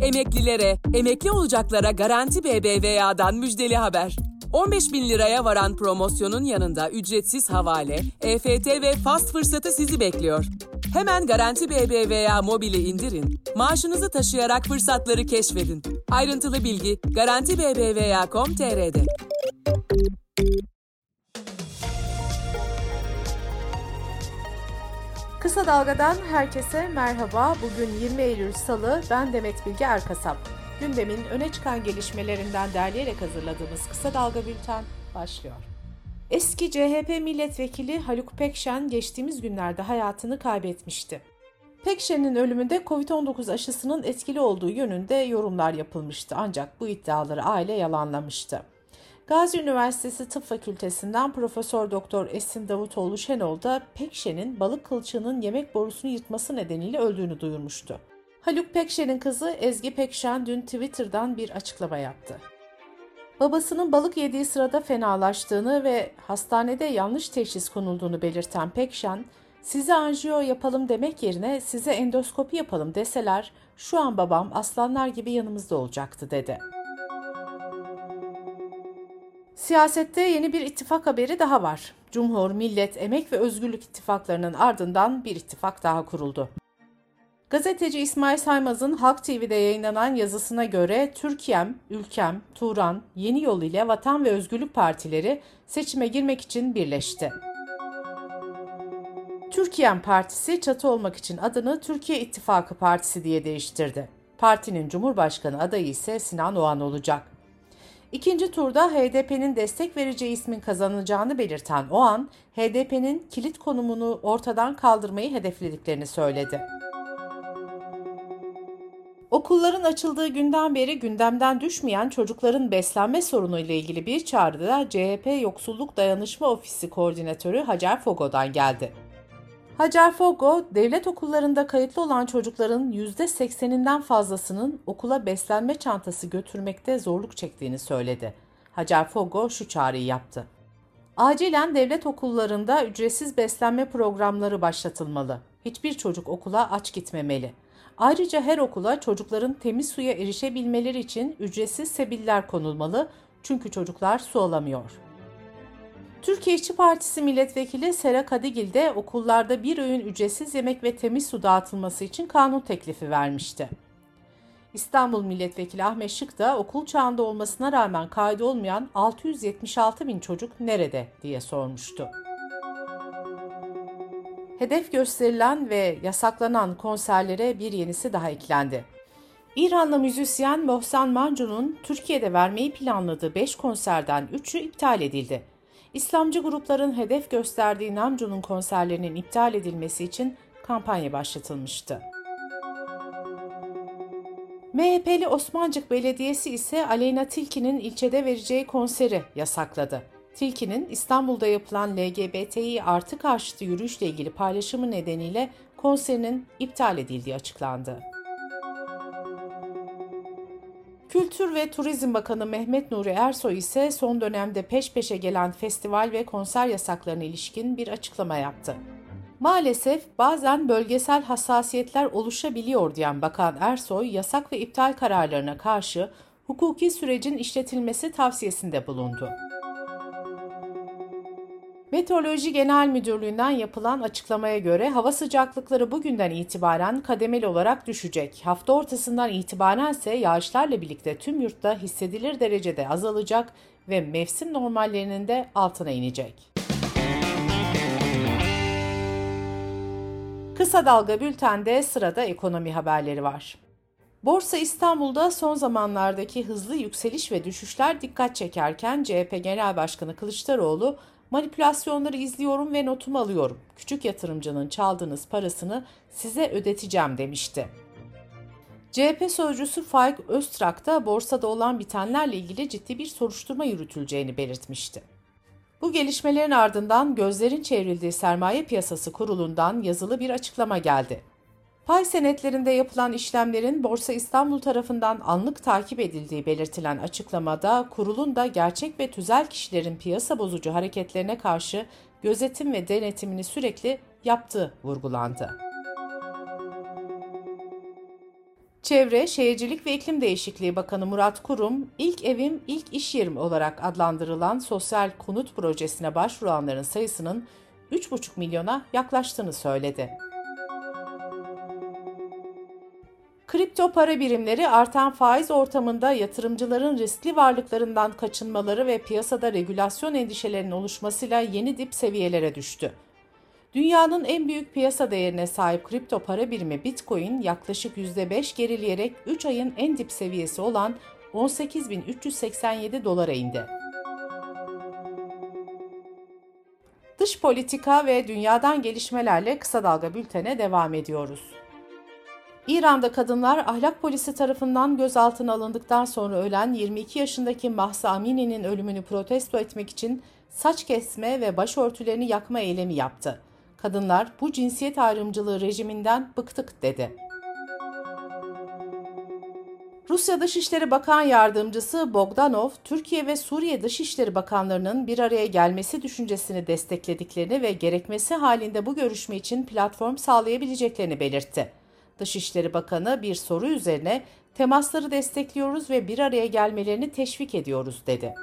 Emeklilere, emekli olacaklara Garanti BBVA'dan müjdeli haber. 15.000 liraya varan promosyonun yanında ücretsiz havale, EFT ve fast fırsatı sizi bekliyor. Hemen Garanti BBVA mobili indirin, maaşınızı taşıyarak fırsatları keşfedin. Ayrıntılı bilgi garantibbva.com.tr'de. Kısa Dalga'dan herkese merhaba. Bugün 20 Eylül Salı, ben Demet Bilge Erkasap. Gündemin öne çıkan gelişmelerinden derleyerek hazırladığımız Kısa Dalga Bülten başlıyor. Eski CHP milletvekili Haluk Pekşen geçtiğimiz günlerde hayatını kaybetmişti. Pekşen'in ölümünde Covid-19 aşısının etkili olduğu yönünde yorumlar yapılmıştı, ancak bu iddiaları aile yalanlamıştı. Gazi Üniversitesi Tıp Fakültesinden Profesör Doktor Esin Davutoğlu Şenol da Pekşen'in balık kılçığının yemek borusunu yırtması nedeniyle öldüğünü duyurmuştu. Haluk Pekşen'in kızı Ezgi Pekşen dün Twitter'dan bir açıklama yaptı. Babasının balık yediği sırada fenalaştığını ve hastanede yanlış teşhis konulduğunu belirten Pekşen, "Size anjiyo yapalım demek yerine size endoskopi yapalım deseler, şu an babam aslanlar gibi yanımızda olacaktı," dedi. Siyasette yeni bir ittifak haberi daha var. Cumhur, Millet, Emek ve Özgürlük ittifaklarının ardından bir ittifak daha kuruldu. Gazeteci İsmail Saymaz'ın Halk TV'de yayınlanan yazısına göre Türkiye'm, Ülkem, Turan, Yeni Yol ile Vatan ve Özgürlük partileri seçime girmek için birleşti. Türkiye'm Partisi çatı olmak için adını Türkiye İttifakı Partisi diye değiştirdi. Partinin Cumhurbaşkanı adayı ise Sinan Oğan olacak. İkinci turda HDP'nin destek vereceği ismin kazanacağını belirten Oğan, HDP'nin kilit konumunu ortadan kaldırmayı hedeflediklerini söyledi. Okulların açıldığı günden beri gündemden düşmeyen çocukların beslenme sorunu ile ilgili bir çağrı da CHP Yoksulluk Dayanışma Ofisi Koordinatörü Hacer Fogo'dan geldi. Hacer Fogo, devlet okullarında kayıtlı olan çocukların %80'inden fazlasının okula beslenme çantası götürmekte zorluk çektiğini söyledi. Hacer Fogo şu çağrıyı yaptı. Acilen devlet okullarında ücretsiz beslenme programları başlatılmalı. Hiçbir çocuk okula aç gitmemeli. Ayrıca her okula çocukların temiz suya erişebilmeleri için ücretsiz sebiller konulmalı, çünkü çocuklar su alamıyor. Türkiye İşçi Partisi Milletvekili Sera Kadigil de okullarda bir öğün ücretsiz yemek ve temiz su dağıtılması için kanun teklifi vermişti. İstanbul Milletvekili Ahmet Şık da okul çağında olmasına rağmen kaydı olmayan 676 bin çocuk nerede diye sormuştu. Hedef gösterilen ve yasaklanan konserlere bir yenisi daha eklendi. İranlı müzisyen Mohsen Mancu'nun Türkiye'de vermeyi planladığı 5 konserden 3'ü iptal edildi. İslamcı grupların hedef gösterdiği Namcu'nun konserlerinin iptal edilmesi için kampanya başlatılmıştı. MHP'li Osmancık Belediyesi ise Aleyna Tilki'nin ilçede vereceği konseri yasakladı. Tilki'nin İstanbul'da yapılan LGBTİ artı karşıtı yürüyüşle ilgili paylaşımı nedeniyle konserinin iptal edildiği açıklandı. Kültür ve Turizm Bakanı Mehmet Nuri Ersoy ise son dönemde peş peşe gelen festival ve konser yasaklarına ilişkin bir açıklama yaptı. Maalesef bazen bölgesel hassasiyetler oluşabiliyor diyen Bakan Ersoy, yasak ve iptal kararlarına karşı hukuki sürecin işletilmesi tavsiyesinde bulundu. Meteoroloji Genel Müdürlüğü'nden yapılan açıklamaya göre hava sıcaklıkları bugünden itibaren kademeli olarak düşecek. Hafta ortasından itibaren ise yağışlarla birlikte tüm yurtta hissedilir derecede azalacak ve mevsim normallerinin de altına inecek. Kısa Dalga Bülten'de sırada ekonomi haberleri var. Borsa İstanbul'da son zamanlardaki hızlı yükseliş ve düşüşler dikkat çekerken CHP Genel Başkanı Kılıçdaroğlu, "Manipülasyonları izliyorum ve notumu alıyorum. Küçük yatırımcının çaldığınız parasını size ödeteceğim," demişti. CHP sözcüsü Faik Öztrak da borsada olan bitenlerle ilgili ciddi bir soruşturma yürütüleceğini belirtmişti. Bu gelişmelerin ardından gözlerin çevrildiği Sermaye Piyasası Kurulu'ndan yazılı bir açıklama geldi. Pay senetlerinde yapılan işlemlerin Borsa İstanbul tarafından anlık takip edildiği belirtilen açıklamada, kurulun da gerçek ve tüzel kişilerin piyasa bozucu hareketlerine karşı gözetim ve denetimini sürekli yaptığı vurgulandı. Çevre, Şehircilik ve İklim Değişikliği Bakanı Murat Kurum, "İlk evim, ilk iş yerim" olarak adlandırılan sosyal konut projesine başvuranların sayısının 3,5 milyona yaklaştığını söyledi. Kripto para birimleri artan faiz ortamında yatırımcıların riskli varlıklarından kaçınmaları ve piyasada regülasyon endişelerinin oluşmasıyla yeni dip seviyelere düştü. Dünyanın en büyük piyasa değerine sahip kripto para birimi Bitcoin yaklaşık %5 gerileyerek 3 ayın en dip seviyesi olan 18.387 dolara indi. Dış politika ve dünyadan gelişmelerle Kısa Dalga Bülten'e devam ediyoruz. İran'da kadınlar ahlak polisi tarafından gözaltına alındıktan sonra ölen 22 yaşındaki Mahsa Amini'nin ölümünü protesto etmek için saç kesme ve başörtülerini yakma eylemi yaptı. Kadınlar bu cinsiyet ayrımcılığı rejiminden bıktık dedi. Rusya Dışişleri Bakan Yardımcısı Bogdanov, Türkiye ve Suriye Dışişleri Bakanlarının bir araya gelmesi düşüncesini desteklediklerini ve gerekmesi halinde bu görüşme için platform sağlayabileceklerini belirtti. Dışişleri Bakanı bir soru üzerine "Temasları destekliyoruz ve bir araya gelmelerini teşvik ediyoruz" dedi.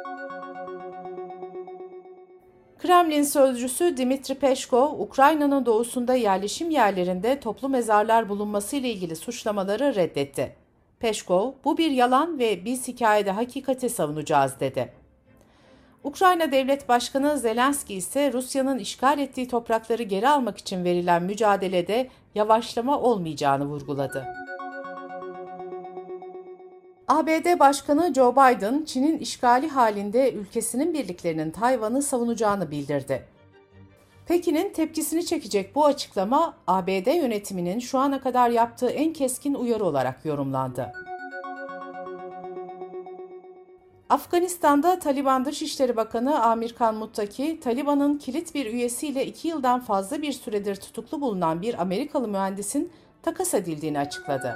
Kremlin sözcüsü Dmitri Peskov, Ukrayna'nın doğusunda yerleşim yerlerinde toplu mezarlar bulunması ile ilgili suçlamaları reddetti. Peskov, "Bu bir yalan ve biz hikayede hakikati savunacağız" dedi. Ukrayna Devlet Başkanı Zelenski ise Rusya'nın işgal ettiği toprakları geri almak için verilen mücadelede yavaşlama olmayacağını vurguladı. ABD Başkanı Joe Biden, Çin'in işgali halinde ülkesinin birliklerinin Tayvan'ı savunacağını bildirdi. Pekin'in tepkisini çekecek bu açıklama, ABD yönetiminin şu ana kadar yaptığı en keskin uyarı olarak yorumlandı. Afganistan'da Taliban Dışişleri Bakanı Amir Khan Muttaki, Taliban'ın kilit bir üyesiyle 2 yıldan fazla bir süredir tutuklu bulunan bir Amerikalı mühendisin takas edildiğini açıkladı.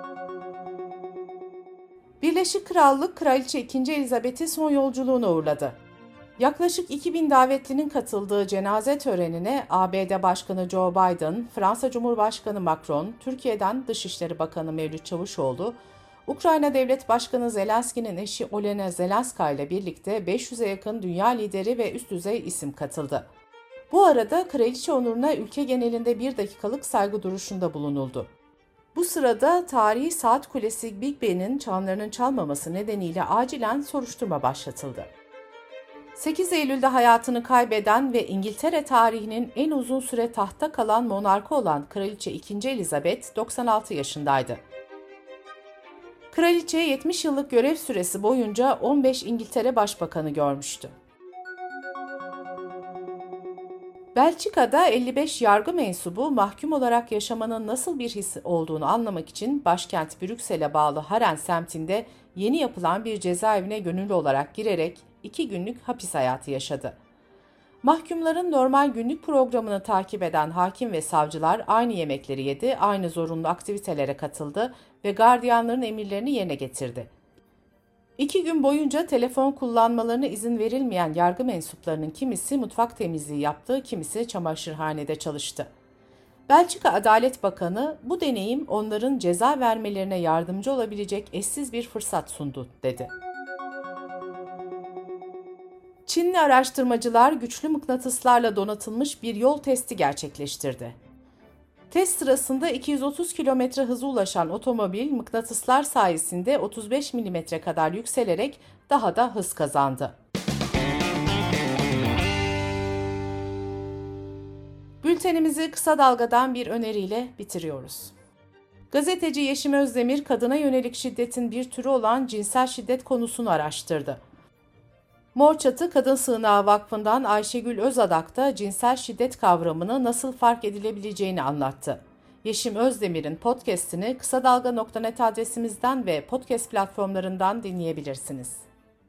Birleşik Krallık, Kraliçe 2. Elizabeth'i son yolculuğuna uğurladı. Yaklaşık 2000 davetlinin katıldığı cenaze törenine ABD Başkanı Joe Biden, Fransa Cumhurbaşkanı Macron, Türkiye'den Dışişleri Bakanı Mevlüt Çavuşoğlu, Ukrayna Devlet Başkanı Zelenski'nin eşi Olena Zelenska ile birlikte 500'e yakın dünya lideri ve üst düzey isim katıldı. Bu arada Kraliçe onuruna ülke genelinde 1 dakikalık saygı duruşunda bulunuldu. Bu sırada tarihi saat kulesi Big Ben'in çanlarının çalmaması nedeniyle acilen soruşturma başlatıldı. 8 Eylül'de hayatını kaybeden ve İngiltere tarihinin en uzun süre tahtta kalan monarkı olan Kraliçe 2. Elizabeth 96 yaşındaydı. Kraliçe 70 yıllık görev süresi boyunca 15 İngiltere Başbakanı görmüştü. Belçika'da 55 yargı mensubu mahkum olarak yaşamanın nasıl bir his olduğunu anlamak için başkent Brüksel'e bağlı Haren semtinde yeni yapılan bir cezaevine gönüllü olarak girerek 2 günlük hapis hayatı yaşadı. Mahkumların normal günlük programını takip eden hakim ve savcılar aynı yemekleri yedi, aynı zorunlu aktivitelere katıldı ve gardiyanların emirlerini yerine getirdi. 2 gün boyunca telefon kullanmalarına izin verilmeyen yargı mensuplarının kimisi mutfak temizliği yaptı, kimisi çamaşırhanede çalıştı. Belçika Adalet Bakanı, "Bu deneyim onların ceza vermelerine yardımcı olabilecek eşsiz bir fırsat sundu" dedi. Çinli araştırmacılar güçlü mıknatıslarla donatılmış bir yol testi gerçekleştirdi. Test sırasında 230 km hıza ulaşan otomobil mıknatıslar sayesinde 35 mm kadar yükselerek daha da hız kazandı. Bültenimizi kısa dalgadan bir öneriyle bitiriyoruz. Gazeteci Yeşim Özdemir, kadına yönelik şiddetin bir türü olan cinsel şiddet konusunu araştırdı. Mor Çatı Kadın Sığınağı Vakfı'ndan Ayşegül Özadak da cinsel şiddet kavramını nasıl fark edilebileceğini anlattı. Yeşim Özdemir'in podcast'ini kısadalga.net adresimizden ve podcast platformlarından dinleyebilirsiniz.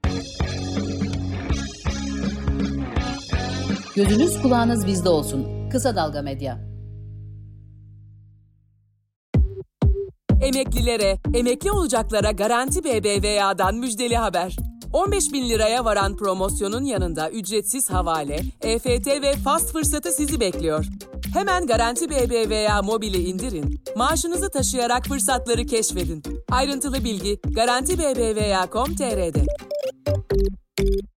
Gözünüz kulağınız bizde olsun. Kısa Dalga Medya. Emeklilere, emekli olacaklara Garanti BBVA'dan müjdeli haber. 15.000 liraya varan promosyonun yanında ücretsiz havale, EFT ve fast fırsatı sizi bekliyor. Hemen Garanti BBVA Mobil'i indirin, maaşınızı taşıyarak fırsatları keşfedin. Ayrıntılı bilgi Garanti BBVA.com.tr'de.